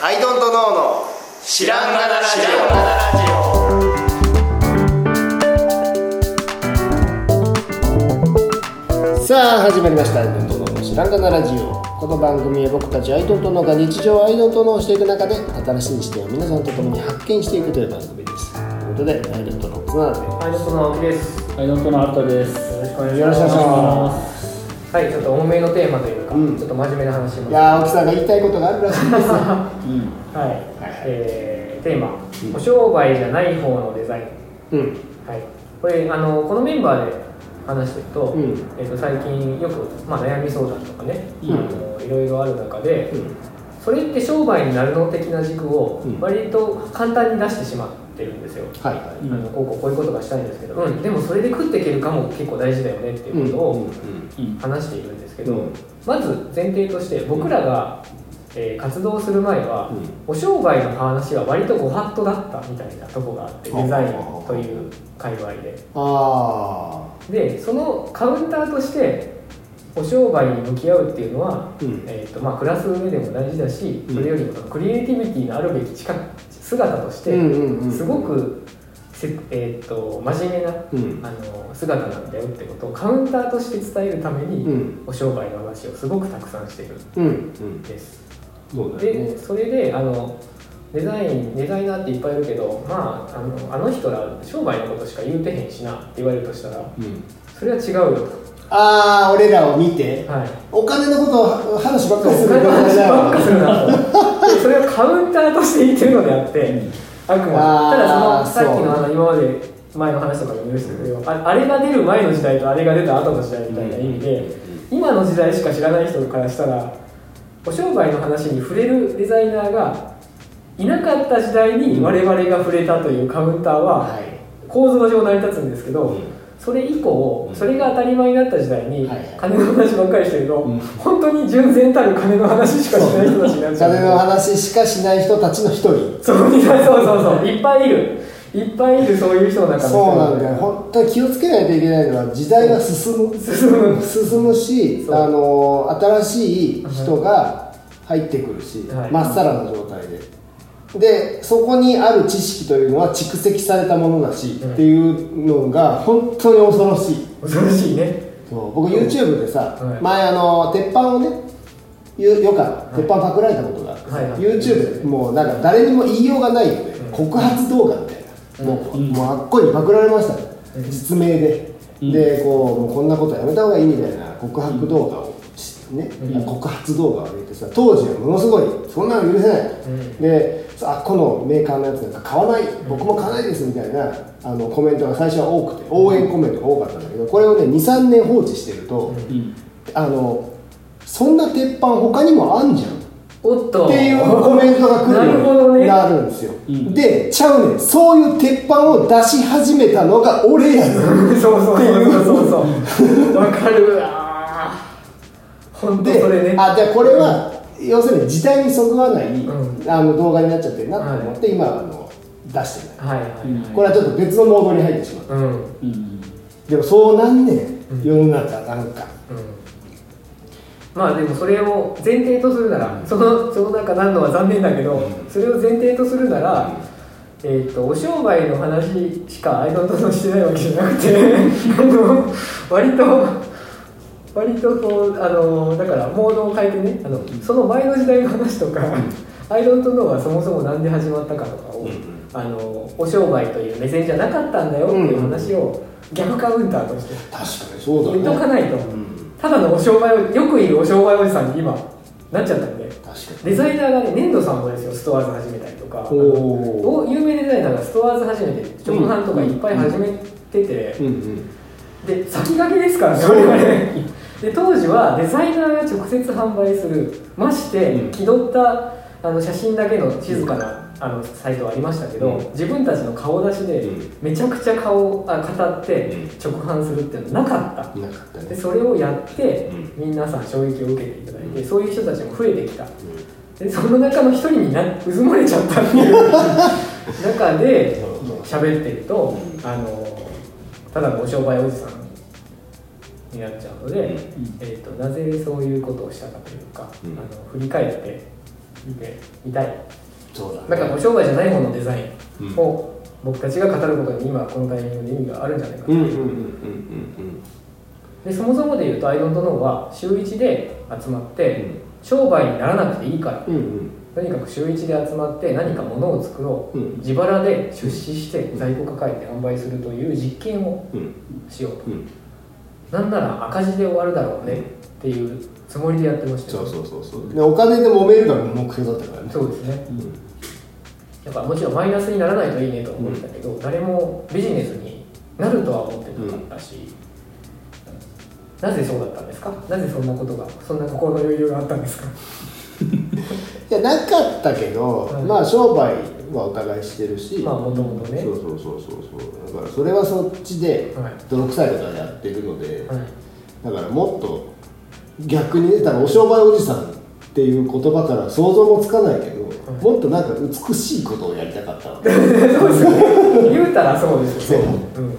アイドントノーの知らんがなラジオ。さあ始まりました、アイドントノーの知らんがなラジオ。この番組は僕たちアイドントノーが日常アイドントノーをしていく中で新しい視点を皆さんと共に発見していくという番組です。ということで、アイドントノーの綱田アイドントノー青木です。 アイドントノーアルタです。 よろしくお願いします。はい、ちょっと重めのテーマというか、ちょっと真面目な話します。 いやー、青木さんが言いたいことがあるらしいんですよ。 はい、テーマ、お商売じゃない方のデザイン。はい、これこのメンバーで話してると、最近よく、悩み相談とかね、いろいろある中で、それって商売になるの的な軸を割と簡単に出してしまってるんですよ。こういうことがしたいんですけど、でもそれで食っていけるかも結構大事だよねっていうことを話しているんですけど、まず前提として僕らが活動する前は、お商売の話は割とご法度だったみたいなとこがあって、デザインという界隈で。でそのカウンターとしてお商売に向き合うっていうのは、クラス上でも大事だし、それよりもクリエイティビティのあるべき姿としてすごく真面目な、姿なんだよってことをカウンターとして伝えるために、お商売の話をすごくたくさんしてるんです。でそれでデザイナーっていっぱいいるけど、あの人ら商売のことしか言うてへんしなって言われるとしたら、それは違うよと。 俺らを見て、お金のことを話ばっかりするなと。それをカウンターとして言ってるのであって、あくまでたださっきの今まで前の話とかでも言いましたけど、あれが出る前の時代とあれが出た後の時代みたいな意味で、今の時代しか知らない人からしたらお商売の話に触れるデザイナーがいなかった時代に我々が触れたというカウンターは構造上成り立つんですけど、それ以降、それが当たり前になった時代に金の話ばっかりしてると、本当に純然たる金の話しかしない人たちになっちゃう。 金の話しかしない人たちの一人。 そういっぱいいるそういう人の中の。 そうなんだよ。本当に気をつけないといけないのは、時代が進むし、新しい人が入ってくるし、まっさらな状態で、そこにある知識というのは蓄積されたものだし、っていうのが本当に恐ろしいね。僕 YouTube でさ、前鉄板をね、よかった鉄板パクられたことがあって、YouTube でもうなんか誰にも言いようがないよね、告発動画みたいな、もうあっこにパクられましたね、実名で。でもうこんなことやめた方がいいみたいな告白動画を告発動画を上げてさ、当時はものすごいそんなの許せない、でこのメーカーのやつなんか買わない、僕も買わないですみたいなコメントが最初は多くて、応援コメントが多かったんだけど、これをね 2,3 年放置してると、そんな鉄板他にもあんじゃんっていうコメントが来るようになるんですよ。でちゃうねん、そういう鉄板を出し始めたのが俺やねん。 そうわかるわ。本当それね。 じゃあこれは要するに時代にそぐわない、動画になっちゃってるなと思って、今出してない、これはちょっと別のモードに入ってしまう、でもそうなんねん、世の中なんか、 でもそれを前提とするなら、その中なんのは残念だけど、それを前提とするなら、お商売の話しかアイドントノーしてないわけじゃなくて割とこうだからモードを変えてね、その前の時代の話とか、アイドントノーはそもそもなんで始まったかとかを、お商売という目線じゃなかったんだよっていう話を逆カウンターとして言っとかないと、ただのお商売よくいるお商売おじさんに今なっちゃったんで、デザイナーがね、粘土さんもですよ、ストアーズ始めたりとか、有名デザイナーがストアーズ始めて直販とかいっぱい始めてて、で先駆けですからね。で当時はデザイナーが直接販売する、まして気取った写真だけの静かなサイトはありましたけど、自分たちの顔出しでめちゃくちゃ顔を語って直販するっていうのはなかった、でそれをやって皆さん衝撃を受けていただいて、そういう人たちも増えてきた。でその中の一人にうずもれちゃったっていう中で喋ってると、ただのお商売おじさんになっちゃうので、なぜそういうことをしたかというか、振り返って見たい。 そうだね、 だから商売じゃないもののデザインを僕たちが語ることに今このタイミングで意味があるんじゃないかな。でそもそもで言うとアイドントノーは週1で集まって商売にならなくていいから、とにかく週1で集まって何か物を作ろう、自腹で出資して在庫抱えて販売するという実験をしようと、なんなら赤字で終わるだろうねっていうつもりでやってましたよね。 そうでお金で揉めるのが目標だったからね。 そうですね、だからもちろんマイナスにならないといいねと思ったけど、誰もビジネスになるとは思ってなかったし、なぜそうだったんですか？なぜそんなことが、そんな心の余裕があったんですか？ いやなかったけど、まあ商売はお互いしてるし、 まあもともとね、 そうだからそれはそっちで泥臭いことはやってるので、だからもっと逆にね、多分お商売おじさんっていう言葉から想像もつかないけど、もっとなんか美しいことをやりたかったわけ。そうですね。言うたらそうですよね。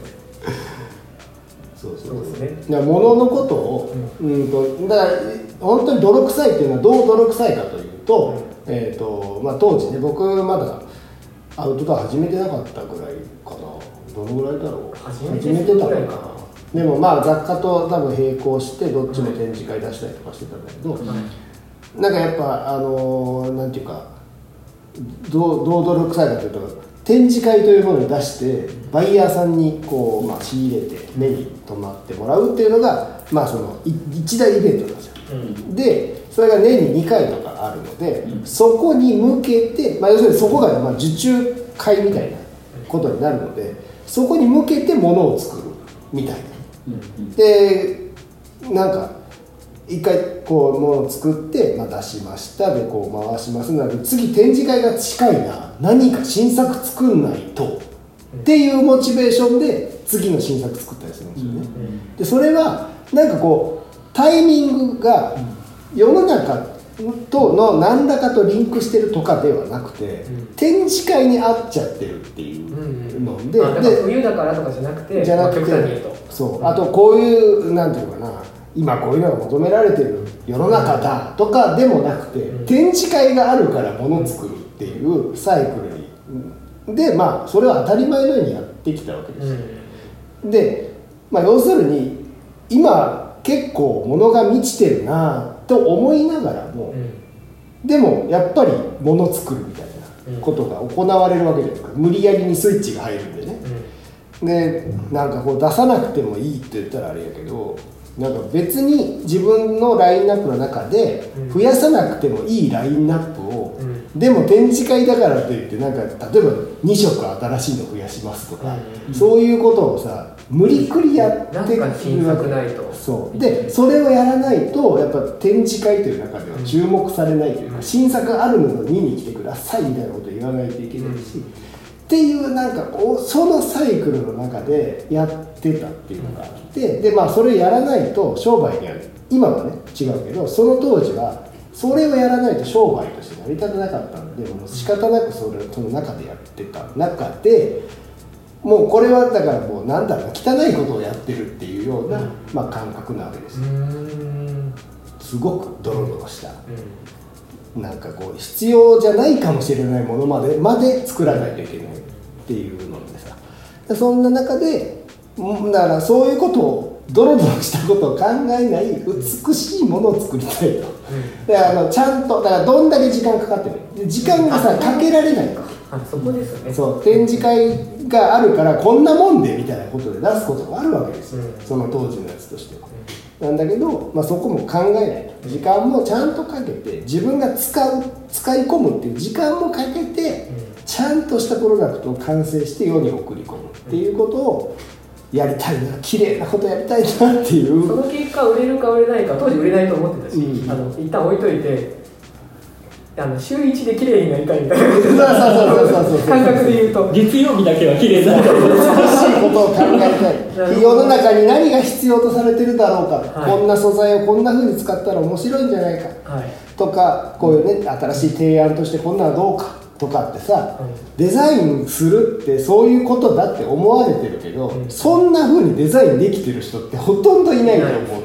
そうですね。だから物のことを、だから本当に泥臭いっていうのはどう泥臭いかというと、まあ当時ね、僕まだアウトドア始めてなかったぐらいかな。どのぐらいだろう。始めてたのかな。でもまあ雑貨と多分並行してどっちも展示会出したりとかしてたんだけど、なんかやっぱなんていうかどう泥臭いかというと、展示会というものに出してバイヤーさんにこう、まあ、仕入れて目に留まってもらうっていうのが、まあ、その一大イベントなんですよ、でそれが年に2回とかあるので、そこに向けて、まあ、要するにそこが、まあ、受注会みたいなことになるので、そこに向けてものを作るみたいな、でなんか一回こうものを作って、まあ、出しましたでこう回しますので、次展示会が近いな、何か新作作んないとっていうモチベーションで次の新作作ったりするんですよね、でそれはなんかこうタイミングが世の中との何らかとリンクしてるとかではなくて、展示会に合っちゃってるっていうので、 だから冬だからとかじゃなくて、 そうあとこういうなんていうのかな、今こういうのが求められてる世の中だとかでもなくて、展示会があるから物作るっていうサイクルにで、まあそれは当たり前のようにやってきたわけです、で、まあ、要するに今結構物が満ちてるなと思いながらも、でもやっぱり物作るみたいなことが行われるわけじゃないですか。無理やりにスイッチが入るんでね、でなんかこう出さなくてもいいって言ったらあれやけど、なんか別に自分のラインナップの中で増やさなくてもいいラインナップを、でも展示会だからといってなんか例えば2色新しいの増やしますとか、そういうことをさ無理くりやってくるわけないと。そうでそれをやらないとやっぱ展示会という中では注目されないというか、新作あるのを見に来てくださいみたいなことを言わないといけないし、っていうなんかそのサイクルの中でやってたっていうのがあって、でまあそれやらないと商売には今はね違うけど、その当時はそれをやらないと商売として成り立たなかったので、もう仕方なくその中でやってた中で、もうこれはだからもうなんだろうな、汚いことをやってるっていうような、まあ、感覚なわけですよ。すごくドロドロした、なんかこう必要じゃないかもしれないものまで作らないといけないっていうのでさ、そんな中でだからそういうことをドロドロしたことを考えない美しいものを作りたいと、でちゃんとだからどんだけ時間かかってる、時間がさかけられないから、 そこですよね。 そう展示会があるからこんなもんでみたいなことで出すこともあるわけですよ、その当時のやつとしては、なんだけど、まあ、そこも考えないと、時間もちゃんとかけて自分が使い込むっていう時間もかけて、ちゃんとしたプロダクトを完成して世に送り込むっていうことをやりたいな、綺麗なことやりたいなっていう。 その結果売れるか売れないか、当時売れないと思ってたし、一旦置いといて週1で綺麗になりたいみたいな感覚で言うと、 月曜日だけは綺麗になる美しいことを考えたい世の中に何が必要とされてるだろうか、こんな素材をこんな風に使ったら面白いんじゃないか、とかこういうね新しい提案としてこんなのどうかとかってさ、デザインするってそういうことだって思われてるけど、そんな風にデザインできてる人ってほとんどいないと思うんだよね。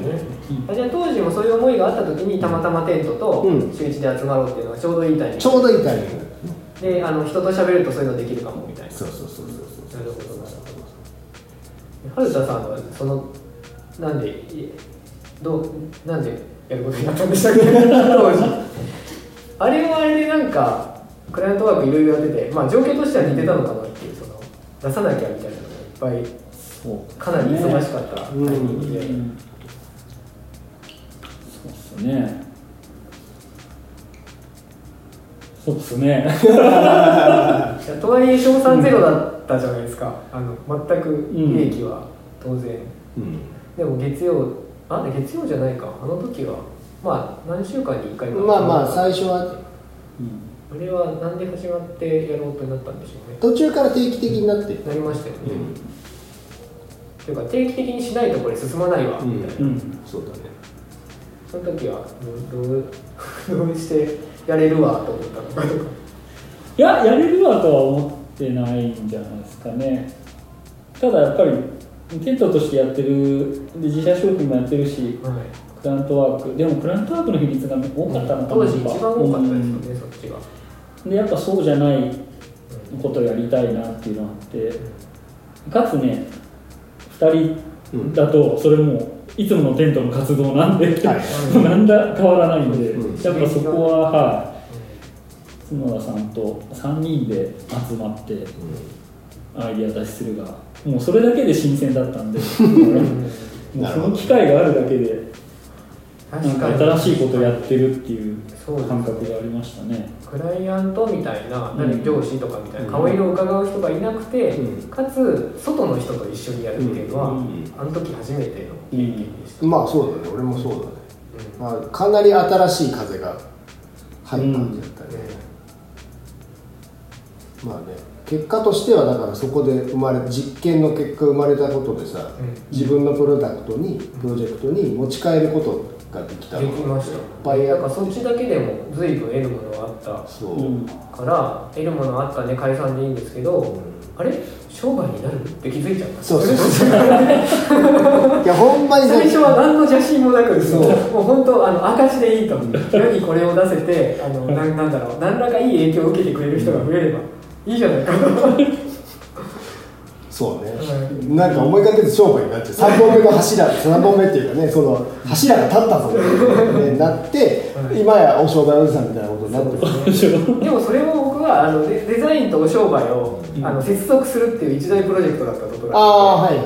じゃあ当時もそういう思いがあった時にたまたまテントと週1で集まろうっていうのがちょうどいいタイミング、 ちょうどいいタイミングで、人と喋るとそういうのできるかもみたいな。 そうなるほど。 春田さんはそのなんでやることになったんでしたっけ当時あれはあれでなんかクライアントワークいろいろやってて、状況としては似てたのかなっていう、その出さなきゃみたいなのがいっぱいかなり忙しかったタイミングで、 そうですねとはいえ賞賛ゼロだったじゃないですか、全く利益は当然、でも月曜じゃないか、あの時は何週間に1回か、 最初は、 あれはなんで始まってやろうとなったんでしょうね。 途中から定期的になってなりましたよね、というか定期的にしないとこれ進まないわみたいな、 そうだね。 その時はどうしてやれるわと思ったのかとか。 いや、やれるわとは思ってないんじゃないですかね。ただやっぱりテントとしてやってるで、自社商品もやってるし、クライアントワークでもクライアントワークの比率が多かったのかな、 当時一番多かったですよね、そっちが。 でやっぱそうじゃないことをやりたいなっていうのがあって、かつね2人だとそれもいつものテントの活動なんで、なんだ変わらないんで、やっぱそこは角田さんと3人で集まってアイディア出しするがもうそれだけで新鮮だったんでもうその機会があるだけでなんか新しいことをやってるっていう感覚がありましたね。 クライアントみたいな、上司とかみたいな顔色を伺う人がいなくて、かつ外の人と一緒にやるっていうのは、あの時初めての経験でした。 そうだね、俺もそうだね、かなり新しい風が入った感じだったね、結果としてはだからそこで実験の結果生まれたことでさ、自分のプロジェクトに持ち帰ることができた。 できました。なんかそっちだけでも随分得るものがあったから得るものあったね、解散でいいんですけど、あれ商売になるって気づいちゃった。 そういやほんまに最初は何の邪心もなく、もう本当赤字でいいと世にこれを出せてなんだろう、何らかいい影響を受けてくれる人が増えればいいじゃないかとそうね、なんか思いかけず商売になっちゃう。3本目の柱、3本目っていうかね、その柱が立ったぞってなって、今やお商売おじさんみたいなことになってる。 でもそれも僕はデザインとお商売を接続するっていう一大プロジェクトだったところがあって、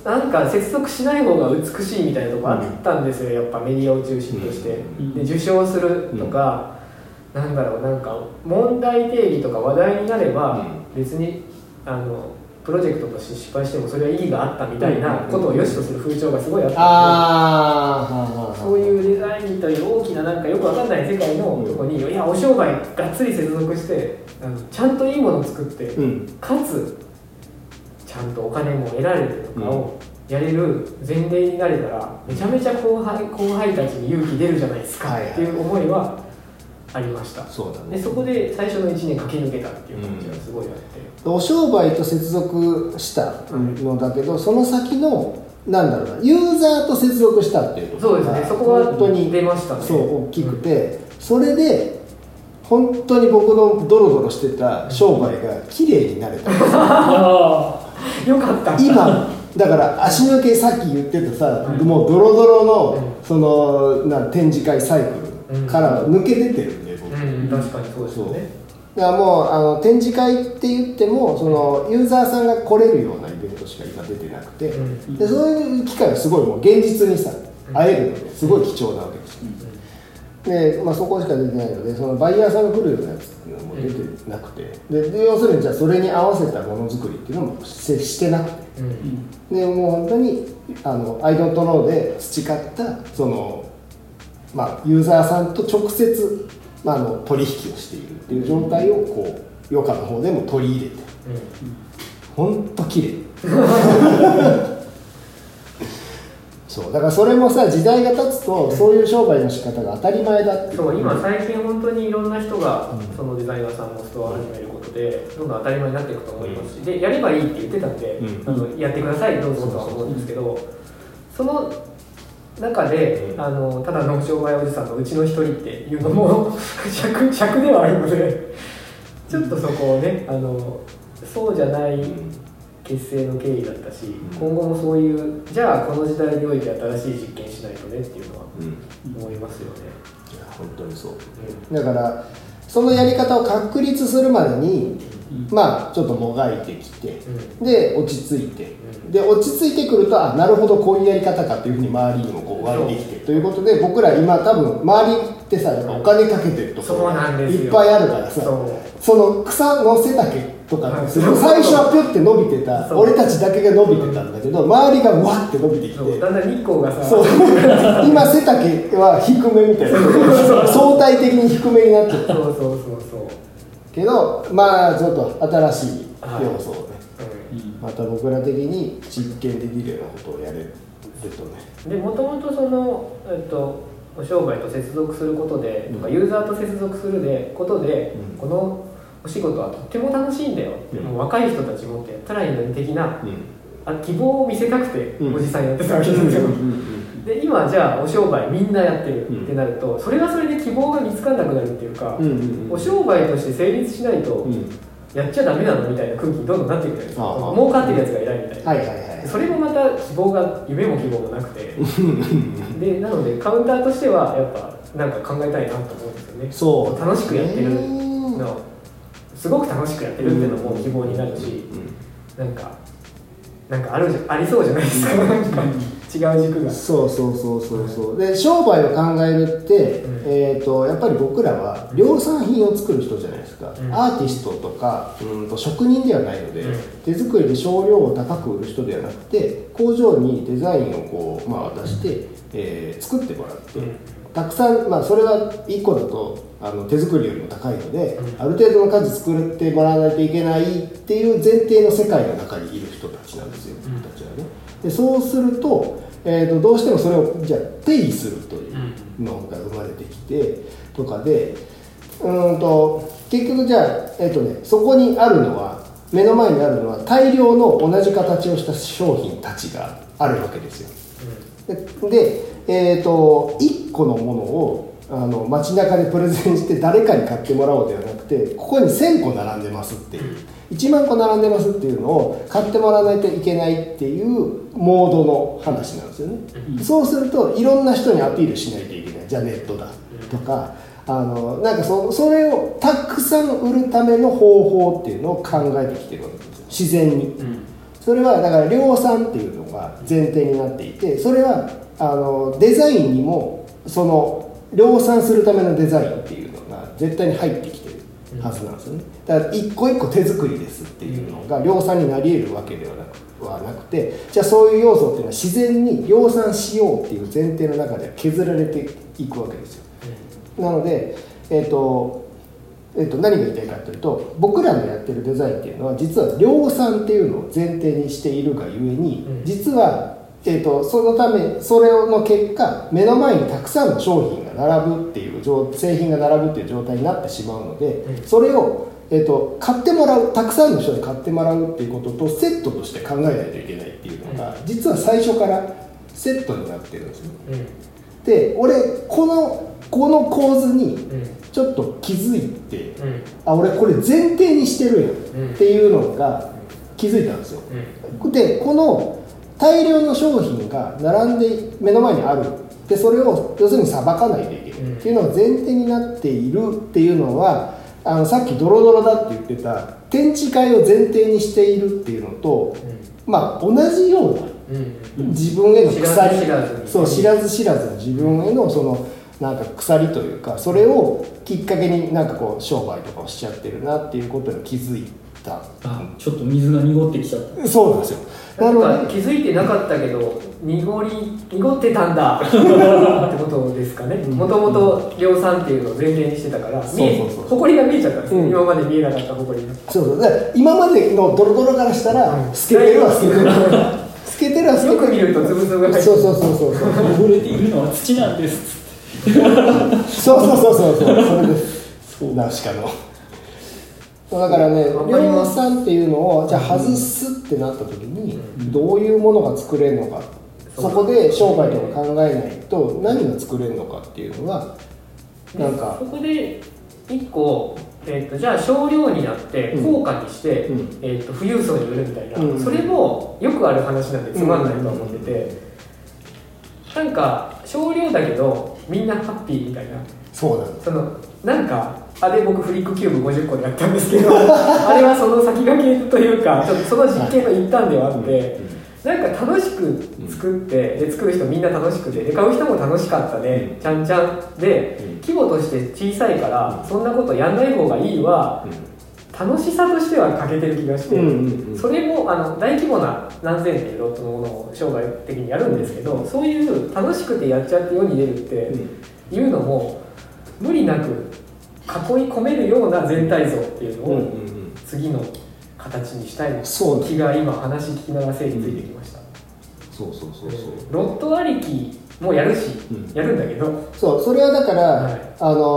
なんか接続しない方が美しいみたいなところあったんですよ、やっぱメディアを中心として。で受賞するとか、なんだろう、なんか問題定義とか話題になれば別にプロジェクトとして失敗してもそれは意義があったみたいなことを良しとする風潮がすごいあったので、そういうデザインという大きななんかよくわかんない世界のとこに、いやお商売がっつり接続してちゃんといいものを作って、かつちゃんとお金も得られるとかをやれる前例になれたらめちゃめちゃ後輩たちに勇気出るじゃないですかっていう思いはありました。 そうだね。 でそこで最初の1年駆け抜けたっていう感じがすごいあって、 お商売と接続したのだけど、その先のなんだろうな、ユーザーと接続したっていうことが、 そうですね、そこは本当に出ましたね。 そう大きくて、それで本当に僕のドロドロしてた商売が綺麗になれたんですよかった。 今だから足抜け、さっき言ってたさ、もうドロドロのその展示会サイクルから抜け出てるんで、僕。 確かにそうですよね。 だからもう展示会って言ってもそのユーザーさんが来れるようなイベントしか今出てなくて、でそういう機会はすごいもう現実にさ会えるのですごい貴重なわけですよ。で、そこしか出てないので、そのバイヤーさんが来るようなやつっていうのも出てなくて、で要するにじゃあそれに合わせたものづくりっていうのもしてなくて、でもう本当にアイドントノーで培ったそのユーザーさんと直接取引をしているっていう状態をこう余暇の方でも取り入れて、ほんと綺麗そうだからそれもさ、時代が経つとそういう商売の仕方が当たり前だって。 そう、今最近本当にいろんな人がそのデザイナーさんもストアを始めることでどんどん当たり前になっていくと思いますし、でやればいいって言ってたんで、やってくださいどうぞとは思うんですけど、その中で、ただの商売おじさんのうちの一人っていうのも尺ではあるのでちょっとそこをねそうじゃない結成の経緯だったし、今後もそういうじゃあこの時代において新しい実験しないとねっていうのは思いますよね。 いや本当にそう、だからそのやり方を確立するまでに、まあちょっともがいてきて、で落ち着いて、で落ち着いてくるとなるほどこういうやり方かというふうに周りにもこう湧いてきてということで、僕ら今多分周りってさお金かけてるところいっぱいあるからさ、その草の背丈とか最初はピュッて伸びてた俺たちだけが伸びてたんだけど、周りがわって伸びてきて、 だんだん日光がさ今背丈は低めみたいな相対的に低めになってるけど、まあちょっと新しい要素をね、また僕ら的に実験できるようなことをやれるとね。 でもともとその、お商売と接続することで、とかユーザーと接続することで、このお仕事はとっても楽しいんだよ、もう若い人たちもってやったらいいのに的な、希望を見せたくておじさんやってたわけですよ。で今じゃあお商売みんなやってるってなると、それはそれで希望が見つからなくなるっていうか、お商売として成立しないとやっちゃダメなのみたいな空気にどんどんなっていくじゃないですか。儲かってるやつがいないみたいな、それもまた希望が夢も希望もなくてでなのでカウンターとしてはやっぱなんか考えたいなと思うんですよね。そう楽しくやってるの、すごく楽しくやってるっていうのも希望になるし、なんかありそうじゃないですか、なんか違う軸が。 そうで商売を考えるって、やっぱり僕らは量産品を作る人じゃないですか、アーティストとか職人ではないので、手作りで少量を高く売る人ではなくて、工場にデザインをこう、渡して、作ってもらって、たくさん、それは1個だと手作りよりも高いので、ある程度の数作ってもらわないといけないっていう前提の世界の中にいる人たちなんですよ、僕たちはね。でそうすると、どうしてもそれをじゃあ定義するというのが生まれてきてとかで、結局じゃあ、そこにあるのは、目の前にあるのは大量の同じ形をした商品たちがあるわけですよ。で、1個のものを街中でプレゼンして誰かに買ってもらおうではなくて、ここに1000個並んでますっていう、1万個並んでますっていうのを買ってもらわないといけないっていうモードの話なんですよね。そうするといろんな人にアピールしないといけない。じゃあネットだとか、なんかそれをたくさん売るための方法っていうのを考えてきてるわけですよ、自然に。それはだから量産っていうのが前提になっていて、それはデザインにもその量産するためのデザインっていうのが絶対に入ってきてるはずなんですよね。だから一個一個手作りですっていうのが量産になり得るわけではなくて、じゃあそういう要素っていうのは自然に量産しようっていう前提の中では削られていくわけですよ。なので、何が言いたいかというと、僕らのやってるデザインっていうのは実は量産っていうのを前提にしているがゆえに、実はそのためそれの結果目の前にたくさんの商品が並ぶっていう製品が並ぶっていう状態になってしまうので、それを、買ってもらう、たくさんの人に買ってもらうっていうこととセットとして考えないといけないっていうのが実は最初からセットになってるんですよ。で俺この構図にちょっと気づいて、俺これ前提にしてるやんっていうのが気づいたんですよ。でこの大量の商品が並んで目の前にある。でそれを要するにさばかないといけないっていうのが前提になっているっていうのは、さっきドロドロだって言ってた展示会を前提にしているっていうのと、同じような、自分への鎖、知らず知らずの自分へのそのなんか鎖というか、それをきっかけになんかこう商売とかをしちゃってるなっていうことに気づいた。 ちょっと水が濁ってきちゃった。 そうなんですよ。 なんか気づいてなかったけど濁ってたんだってことですかね。もともと量産っていうのを前提にしてたから、埃が見えちゃったんですね、今まで見えなかった埃が。 で今までのドロドロからしたら透けてるは透けてる透けてるは透けてる。 よく見るとつぶつぶが入ってる。 汚れているのは土なんですそうそれです。ナウシカのだからね、量産っていうのをじゃあ外すってなった時にどういうものが作れるのかっそこで商売とか考えないと何が作れるのかっていうのはなんかそこで1個、じゃあ少量になって高価にして、富裕層に売るみたいな、それもよくある話なんでつまんないとは思ってて、なんか少量だけどみんなハッピーみたいな、 そうなんです。 そのなんかあれ僕フリックキューブ50個でやったんですけどあれはその先駆けというかちょっとその実験の一端ではあって、なんか楽しく作ってで作る人みんな楽しくてで買う人も楽しかったで、ちゃんちゃんで規模として小さいからそんなことやんない方がいいは楽しさとしては欠けてる気がして、それも大規模な何千年ロットのものを商売的にやるんですけど、そういう楽しくてやっちゃって世に出るっていうのも無理なく囲い込めるような全体像っていうのを次の形にしたい気が今話聞きながら整理ついてきました。ロットありきもやるし、やるんだけど、 それはだから、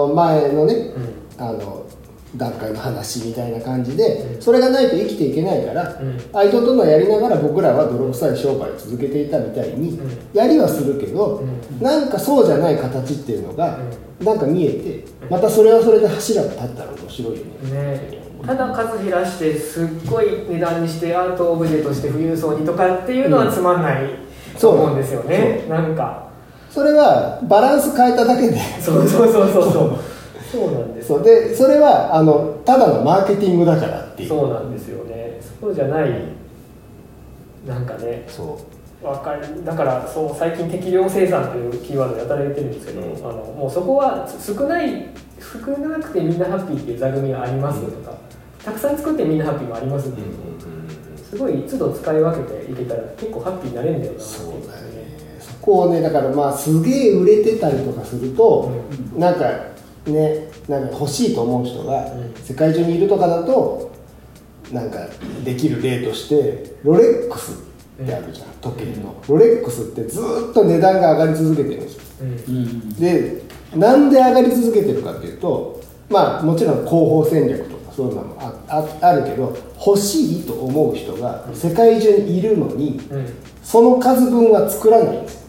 前のね、段階の話みたいな感じで、それがないと生きていけないから、アイドルとのやりながら僕らは泥臭い商売を続けていたみたいに、やりはするけど、なんかそうじゃない形っていうのがなんか見えて、またそれはそれで柱が立ったら面白いよね。 ただ数減らしてすっごい値段にしてアートオブジェとして富裕層にとかっていうのはつまんないと思うんですよね。なんかそれはバランス変えただけでそうなんです。 でそれはただのマーケティングだからっていう。 そうなんですよね。そうじゃないなんかね。だから最近適量生産というキーワードで働いてるんですけど、もうそこは少なくてみんなハッピーっていう座組がありますとか、たくさん作ってみんなハッピーもありますっていうのをすごい都度使い分けていけたら結構ハッピーになれるんだよな。 そうだよね。そこをね、だからすげえ売れてたりとかすると、なんか欲しいと思う人が世界中にいるとかだとなんかできる例としてロレックスってあるじゃん、時計の。ロレックスってずっと値段が上がり続けてるんですよ。でなんで上がり続けてるかっていうと、もちろん広報戦略とかそういうのも あるけど、欲しいと思う人が世界中にいるのに、その数分は作らないんですよ。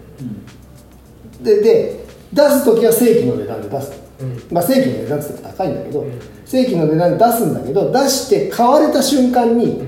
で出す時は正規の値段で出す。正規の値段って高いんだけど、正規の値段で出すんだけど、出して買われた瞬間に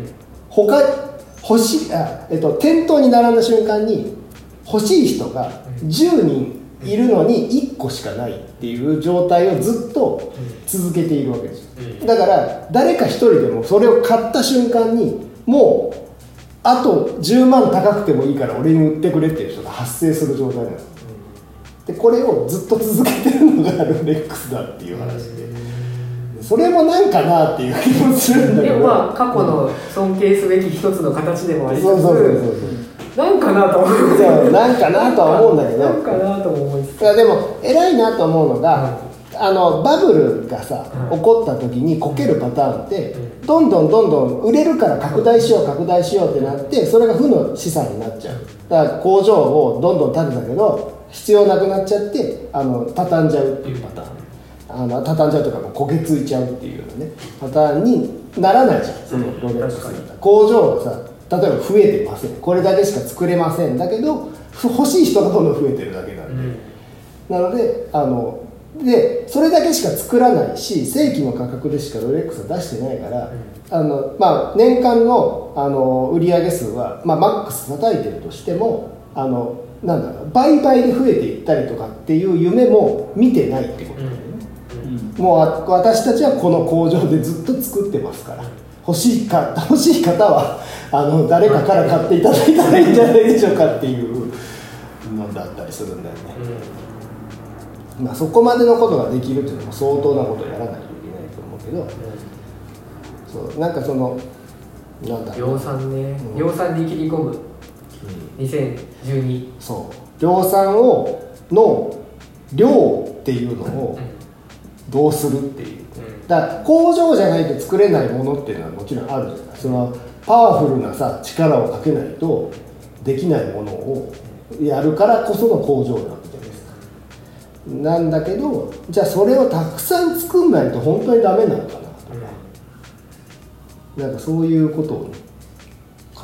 店頭に並んだ瞬間に欲しい人が10人いるのに1個しかないっていう状態をずっと続けているわけですよ。だから誰か一人でもそれを買った瞬間にもうあと10万高くてもいいから俺に売ってくれっていう人が発生する状態なんです。でこれをずっと続けてるのがロレックスだっていう話で、それもなんかなっていう気もするんだけど、 でも過去の尊敬すべき一つの形でもありつつ、なんかなと思う。 なんかなとは思うんだけど、 なんかなとも思いつつ、 でも偉いなと思うのが、バブルがさ、起こった時にこけるパターンって、どんどん売れるから拡大しようってなって、それが負の資産になっちゃう。だから工場をどんどん建てたけど必要なくなっちゃって畳んじゃうっていうパターン、畳んじゃうとか焦げついちゃうっていうようなねパターンにならないじゃん。そのロレックスだったら工場がさ、例えば増えてません、これだけしか作れませんだけど欲しい人がどんどん増えてるだけなんで、なのでそれだけしか作らないし、正規の価格でしかロレックスは出してないから、年間の売上数は、マックス叩いてるとしても倍々で増えていったりとかっていう夢も見てないってことだよね。もう私たちはこの工場でずっと作ってますから、欲しい方は誰かから買っていただいたらいいんじゃないでしょうかっていうのだったりするんだよね。そこまでのことができるっていうのも相当なことをやらないといけないと思うけど、なんか量産ね、量産に切り込む、2012。 量産の量っていうのをどうするっていう、だから工場じゃないと作れないものっていうのはもちろんあるじゃない。そのパワフルな力をかけないとできないものをやるからこその工場なわけじゃないですか。なんだけど、じゃあそれをたくさん作んないと本当にダメなのかなとか、なんかそういうことを、考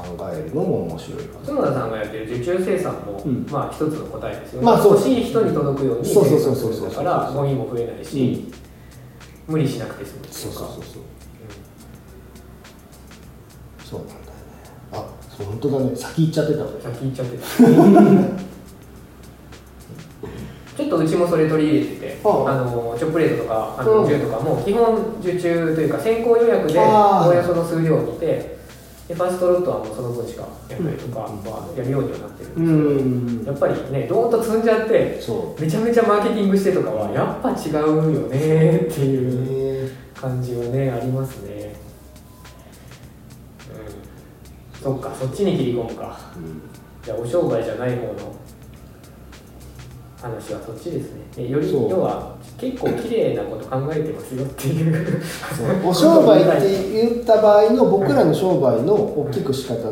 えるのも面白いか角田さんがやってる受注生産も、まあ一つの答えですよね。 まあ、 欲しい人に届くように生産するだからゴミも増えないし、無理しなくて済むっていうか。 そうなんだよね。あ、そう本当だね。先行っちゃってた。 先行っちゃってた。ちょっとうちもそれ取り入れてて、チョプレートとか銃とかも基本受注というか先行予約でおおよその数量を見て、でファーストロットはもうその分しかやらないとかはやるようにはなってるんですけど、やっぱりねドーンと積んじゃってめちゃめちゃマーケティングしてとかはやっぱ違うよねっていう感じはねありますね。そっか、そっちに切り込むか。じゃあお商売じゃない方の話はそっちですね。より要は結構綺麗なこと考えてますよっていうお商売って言った場合の僕らの商売の大きく仕方って、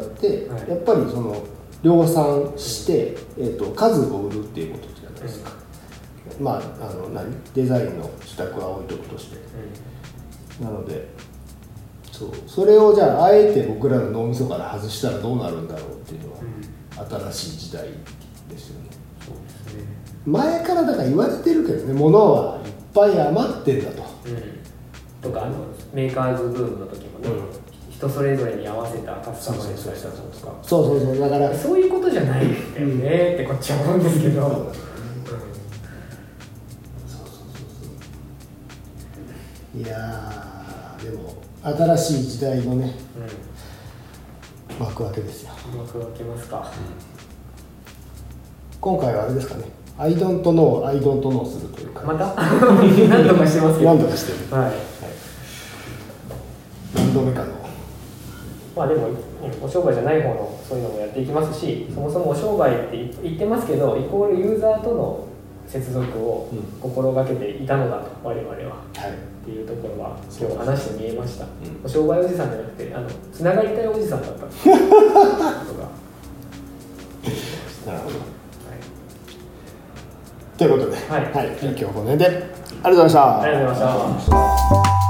やっぱりその量産して、数を売るっていうことじゃないですか。まあデザインの主託は置いとくとして、なのでそれをじゃああえて僕らの脳みそから外したらどうなるんだろうっていうのは、新しい時代ですよね。前からだから言われてるけどね、物はいっぱい余ってんだと、 とかメーカーズブームの時もね、人それぞれに合わせたカスタマイズされたとか、 そうだからそういうことじゃないんだよねってこっちは思うんですけど、 いやでも新しい時代のね、幕開けですよ。 幕開けますか。 今回はあれですかね、I don't know するというか、 また何度かしてますけど、 何度かしてる、何度目かの。 まあでもお商売じゃない方のそういうのもやっていきますし、そもそもお商売って言ってますけどイコールユーザーとの接続を心がけていたのだと、我々は、っていうところは今日話して見えました。お商売おじさんじゃなくてつながりたいおじさんだったっていうことがなるほど。ということで、今日はこの辺でありがとうございました。 ありがとうございました。